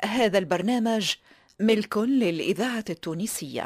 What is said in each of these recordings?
هذا البرنامج ملك للإذاعة التونسية.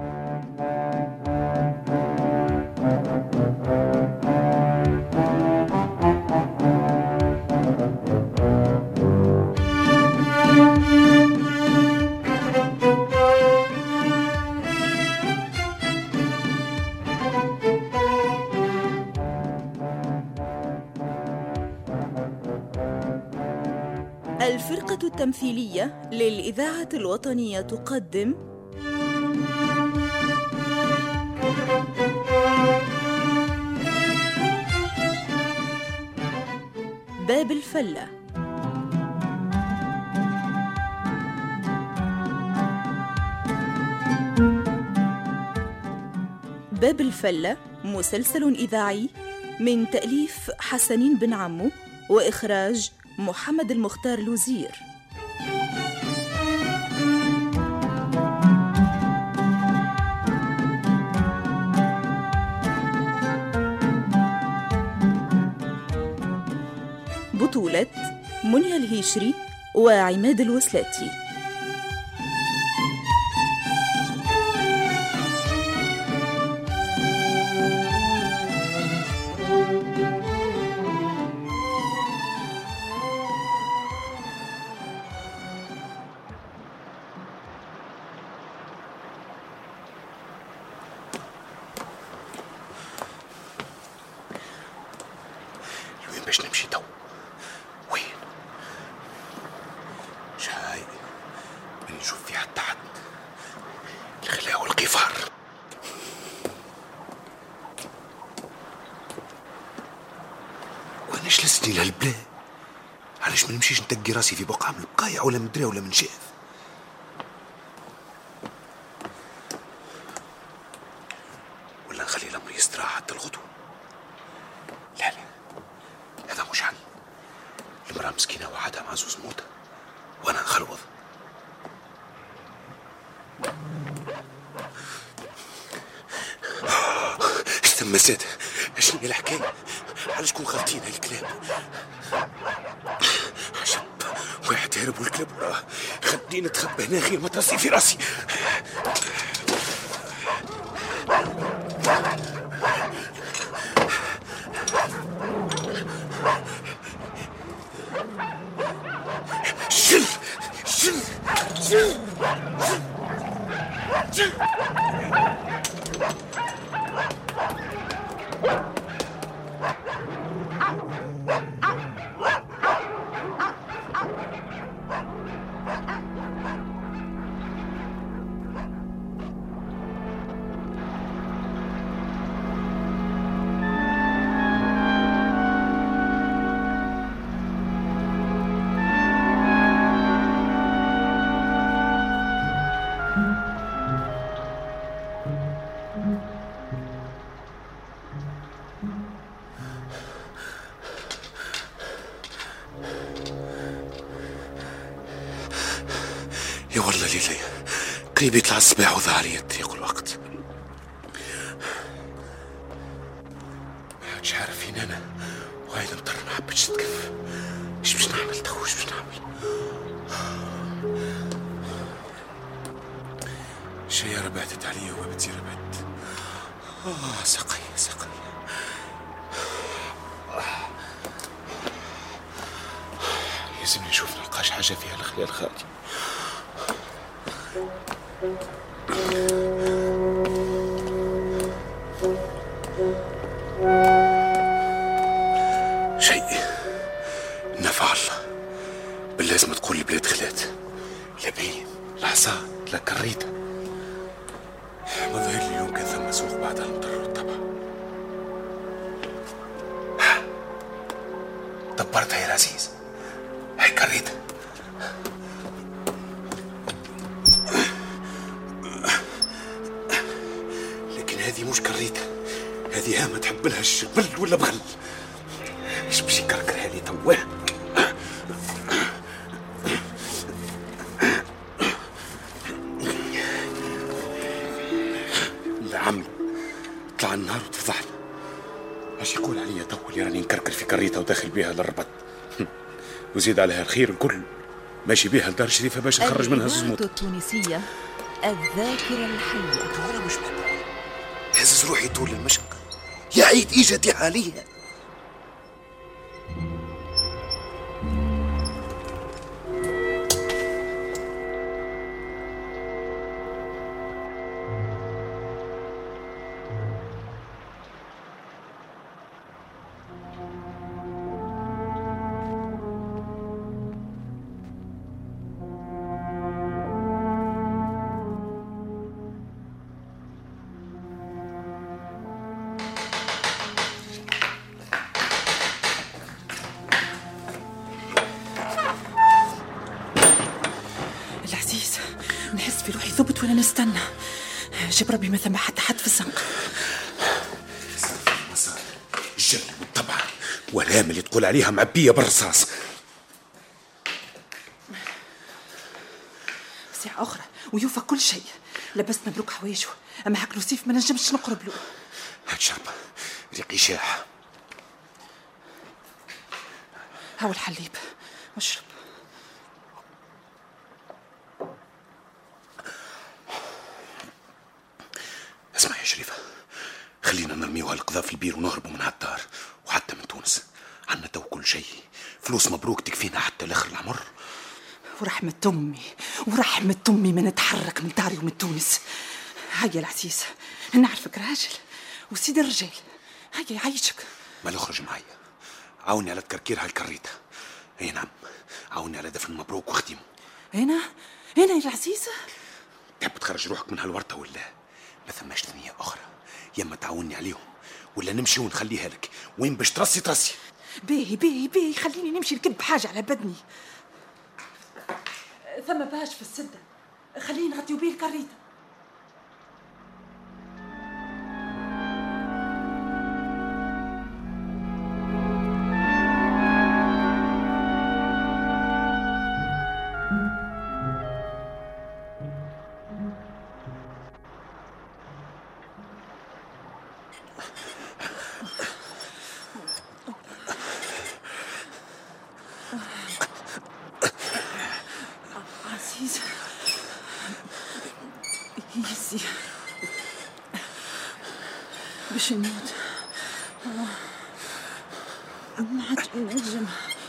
الفرقة التمثيلية للإذاعة الوطنية تقدم باب الفلة. باب الفلة مسلسل إذاعي من تأليف حسنين بن عمو وإخراج محمد المختار لوزير. بطولة منيا الهيشري وعماد الوسلاتي. وين باش نمشي تو؟ وين؟ شاي ما نشوف في حتى حد. الخلاء والقفار. وانا جلسني لهالبلاد؟ علاش ما نمشيش نتقي راسي في بقعة من البقايع ولا مدري ولا من شاف؟ ولا نخلي الامر يستراح حتى الغدوة؟ لا هذا مش حل. المرأة مسكينة وحدها معزوز موتة وانا نخلوض. استنى زاد، شنو هي الحكاية؟ علاش كون خالطين هالكلاب؟ عجب، واحد هرب والكلاب وراه. خليني نتخبى هنا غير ما ترسي في راسي. شل شل شل شل. يا والله ليلى قريب يطلع الصباح وظهري الطريق والوقت. ما عادش عارف فين انا وهاي المطر ما حبيتش تكف. ايش باش نعمل تو؟ ايش باش نعمل؟ شيارة بعدت عليا وبابتي ربعت. سقي لازم نشوف نلقاش حاجة فيها الخلال الخالي. شيء نفع الله باللازم تقول البلاد خلات. لا بين لا حصاد لا كريته. ما ظهر لي اليوم كان ثم سوق بعد المطر والطبع. دبرتها يا عزيز، هاي كريته. لكن هذه مش كريته، هذه هامة تحب لها الشبل ولا بغل. ايش باش يكركرها لي توه؟ لا عمي طلع النهار وتفضحنا. اش يقول عليا تو اللي راني نكركر في كريته وداخل بيها للربط؟ وزيد عليها الخير الكل. ماشي بيها لدار شريفة باش نخرج منها الزموط. التونسية الذاكرة الحية. أنا مش معقول هزز روحي طول المشق، يعيد إيجادي حاليا. نحس في روحي ثبت ولا نستنى. جيب ربي ما ثم حتى حد في الزنقة. الجري والطبعة والآم اللي تقول عليها معبية بالرصاص. ساعة أخرى ويوفى كل شيء. لبست مبروك حوايجه، أما هاك لوسيف ما نجمش نقرب له. هات شرب ريقي شاح. هاو الحليب واشرب. اسمع يا شريفة، خلينا نرميوها القضاء في البير ونهربوا من هالدار وحتى من تونس. عنا تو كل شيء، فلوس مبروك تكفينا حتى لاخر العمر. ورحمة أمي ما نتحرك من داري ومن تونس. هيا العزيز، نعرفك راجل وسيد الرجال، هيا يعيشك. ما اخرج معي، عاوني على تكركير هالكريته. اي نعم، عاوني على دفن مبروك واختيمه. هنا يا العزيزة. تحب تخرج روحك من هالورطة ولا ما ثماش ثنية أخرى؟ يما تعاوني عليهم ولا نمشي ونخليها لك؟ وين باش ترسي؟ باهي خليني نمشي نكب حاجة على بدني. ثم باش في السدة، خليني نغطيو بيه الكريته. يسي باش نموت، ما عادش نجم.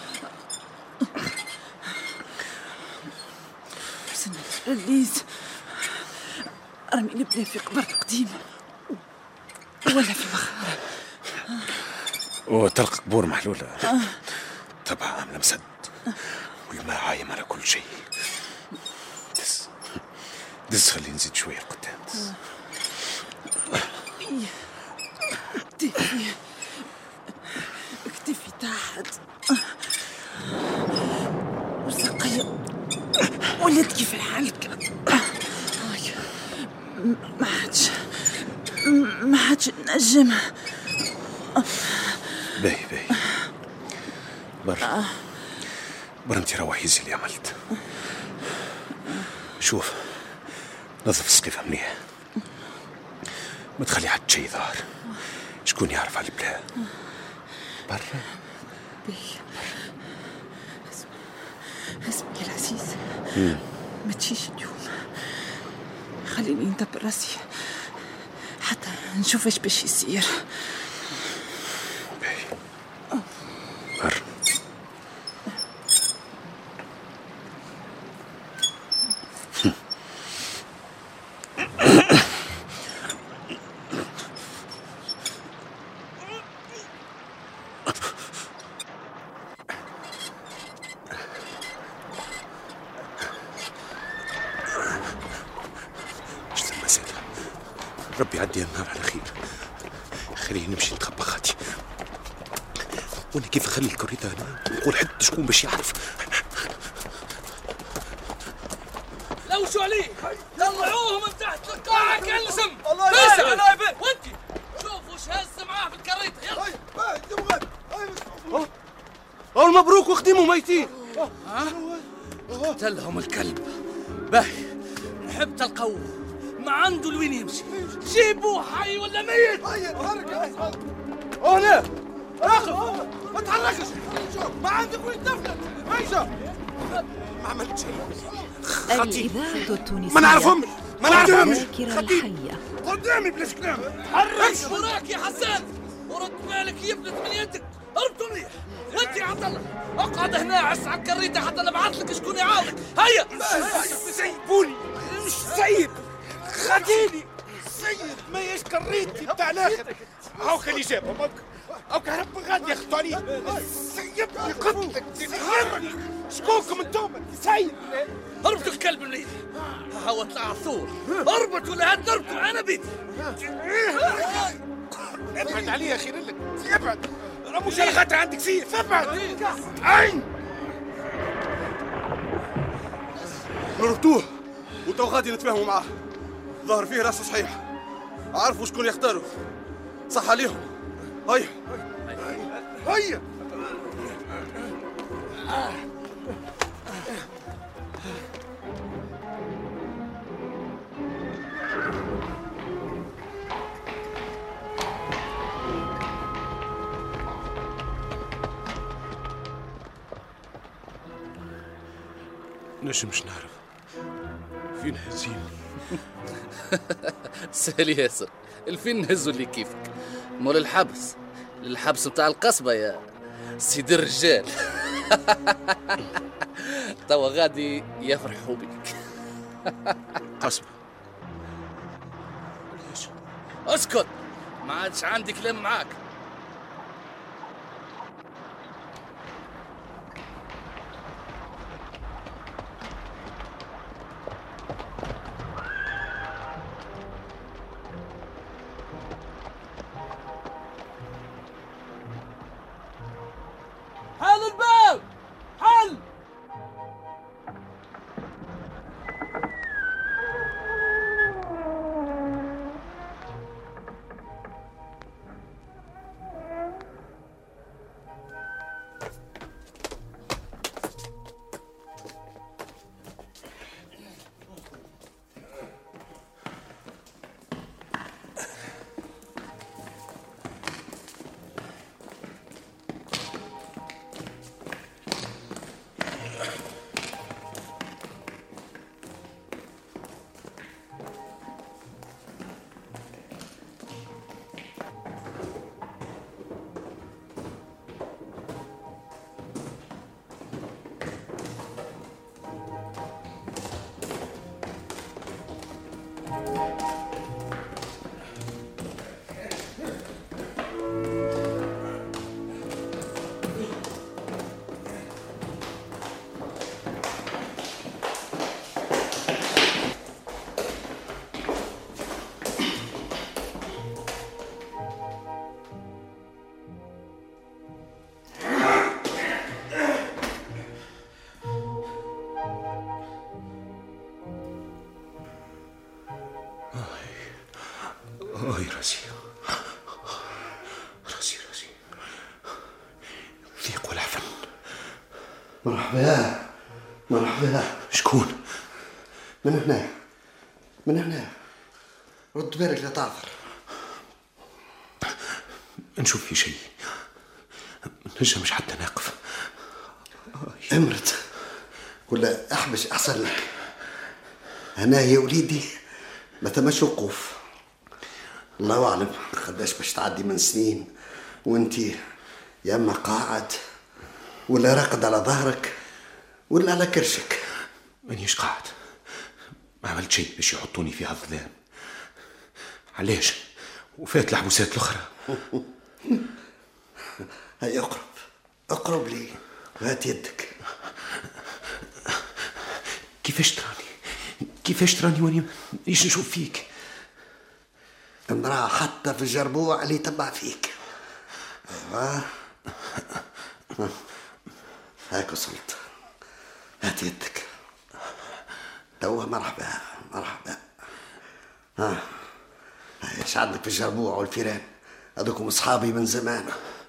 سنة الليز رمي البناء في قبر قديم ولا في بخارة وتلقى قبور محلولة. طبعا عاملة مسد والماء عايم على كل شيء. دز خلينا نزيد شوية قدام. اكتفي تحت وسقيا ولد كيف حالك. ما عادش نجم. باهي بر انتي روحي زي اللي عملت. شوف، نظف السقيفة مليح، ما تخلي حد شي ظاهر. شكون يعرف على البلاد برا؟ اسمع يا العزيز، ما تشيش اليوم، خليني ندبر راسي حتى نشوف ايش باش يصير. برا ربي يعدي النهار على خير. خليني نمشي نتخبى خاتي. وانا كيف اخلي الكريته هنا نقول حتى شكون باش يعرف؟ لوشوا عليه، طلعوه من تحت القاعة كالسم. الله يبارك. وانتي شوفوا وش هز معاه في الكريته. يلا. المبروك وخدموا ميتين. قتلهم الكلب. باهي، نحب تلقوه ما عنده لوين يمشي. جيبوه حي ولا ميت. هنا راقب، ما تحركش، ما عندك وين تفلت. هيا ما عملت شيء. الإذاعة التونسية ما نعرفهمش. الذاكرة الحية. قدامي بلاش كلام. حركش وراك يا حسان، ورد بالك يبلت من يدك. اربطوا مليح. وانت يا عبد الله اقعد هنا عس على الكريته حتى نبعث لك شكون يعاونك. هيا. سيبوني، مش سيب، خليني. سيد ما يشكريتي بتاع الاخر. هاو خلي جابهم او كهرب غادي ياخذوا عليه. سيبني قتلك، سيبني. شكونكم انتم؟ سيد اربطوا الكلب الليل. هو طلع عصور. اربطوا لهاد نربطوا انا بيدي. ابعد عليه خير لك. ابعد. انا مش على خاطر عندك سيف. ابعد. عين. ربطوه وتو غادي نتفاهموا معاه. ظهر فيه راسه صحيح، عرفوا شكون يختاروا. صح عليهم. هيا هيا. نجمش نعرف فين هزيم. سهل ياسر، الفين نهزوا اللي كيفك. مول الحبس بتاع القصبة يا سيدي الرجال. توا غادي يفرحوا بك. قصبة. اسكت، ما عادش عندي كلام معاك. حل الباب، حل. راسي ضيق والعفن. مرحبا. شكون؟ من هنا. رد بالك لا تعثر. نشوف في شيء، نجمش حتى نقف. امرت ولا احبش احسن لك. هنا يا وليدي ما ثماش وقوف. الله اعلم قداش باش تعدي من سنين وانتي يا اما قاعد ولا راقد على ظهرك ولا على كرشك. مانيش قاعد، ما عملت شيء باش يحطوني في هالظلام. علاش؟ وفات الحبوسات الاخرى. هيا اقرب لي وهات يدك. كيفاش تراني واني مانيش نشوف فيك؟ امرأة حتى في الجربوع اللي تبع فيك. ايوه هاك وصلت. هات يدك توا. مرحبا. ايش عندك في الجربوع والفيران؟ هذوكم اصحابي من زمان.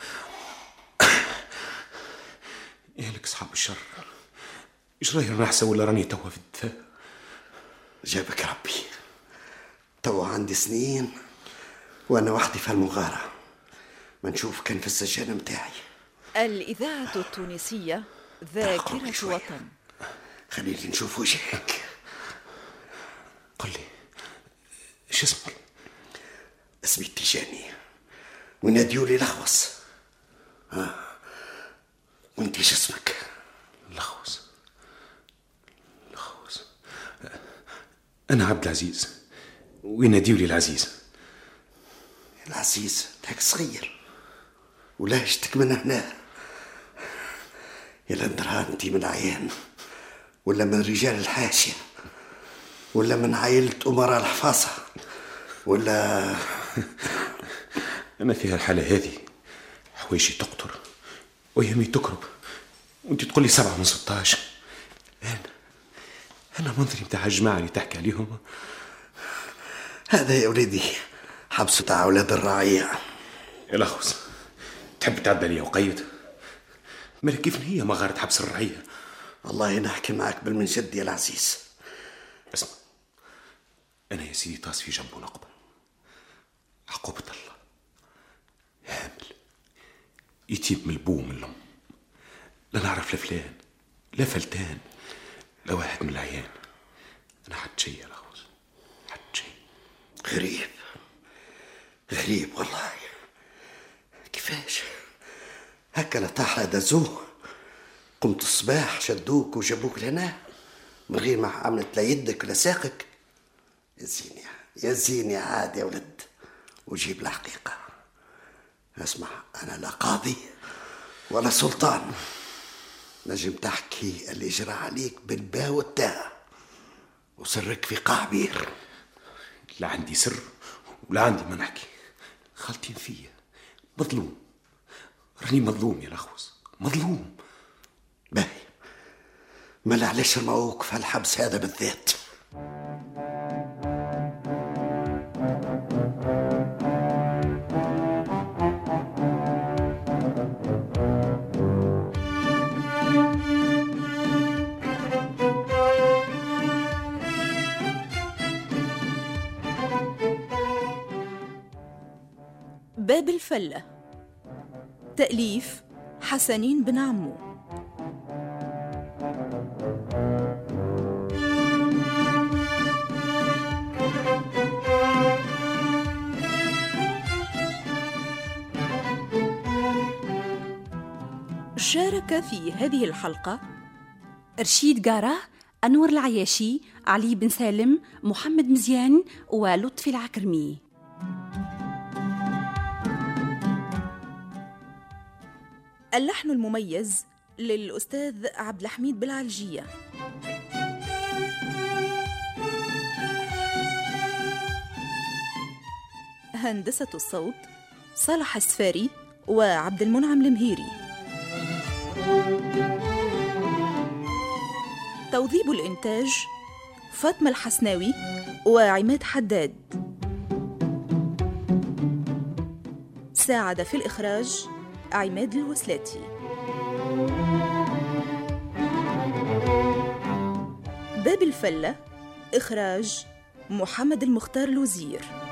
يا لك صحاب الشر، ايش رايي نحسه ولا راني توا في الدفاع؟ جابك ربي. توا عندي سنين وانا وحدي في المغارة، ما نشوف كان في السجان متاعي. الإذاعة التونسية ذاكرة وطن. خليني نشوف وجهك. قل لي ايش اسمك؟ اسمي التيجاني وناديولي الأخوص. وانت ايش اسمك؟ الأخوص. أنا عبد العزيز ويناديولي العزيز. العزيز هيك صغير ولهجتك من هنا. يا اندرها انت من عيان ولا من رجال الحاشية ولا من عائلة أمراء الحفاظة ولا أنا في هالحالة هذه حويشي تقطر ويمي تكرب وانت تقول لي 7 من 16. أنا منظري متاع الجماعة اللي تحكي عليهم. هذا يا ولدي حبس تاع أولاد الرعية. يا الأخوص تحب تعدى لي وقيد؟ مالك كيف هي مغارة حبس الرعية؟ والله نحكي معك بالمنجد يا العزيز. اسمع، أنا يا سيدي طاس في جنبه نقبة. عقوبة الله، هامل يتيم من البو من الأم، لا نعرف لا فلان لا فلتان لا واحد من العيان. أنا حد شيء يا الأخوص، حد شيء. غريب والله. كيفاش هكا لطاح دزوه؟ قمت الصباح شدوك وجابوك لهنا من غير ما عملت لا يدك ولا ساقك؟ يا زيني عاد يا ولد وجيب الحقيقة. اسمع، أنا لا قاضي ولا سلطان، نجم تحكي اللي جرى عليك بالباء والتاء وسرك في قاع بير. لا عندي سر ولا عندي ما نحكي، خالتين فيا. مظلوم، راني مظلوم يا الأخوص، مظلوم. باهي، ما علاش رموك في هالحبس هذا بالذات؟ باب الفلة، تأليف حسنين بن عمو. شارك في هذه الحلقة رشيد قارة، أنور العياشي، علي بن سالم، محمد مزيان ولطفي العكرمي. اللحن المميز للأستاذ عبد الحميد بالعلجية. هندسة الصوت صالح السفاري وعبد المنعم المهيري. توظيب الإنتاج فاطمة الحسناوي وعماد حداد. ساعد في الإخراج عماد الوسلاتي. باب الفلة، إخراج محمد المختار الوزير.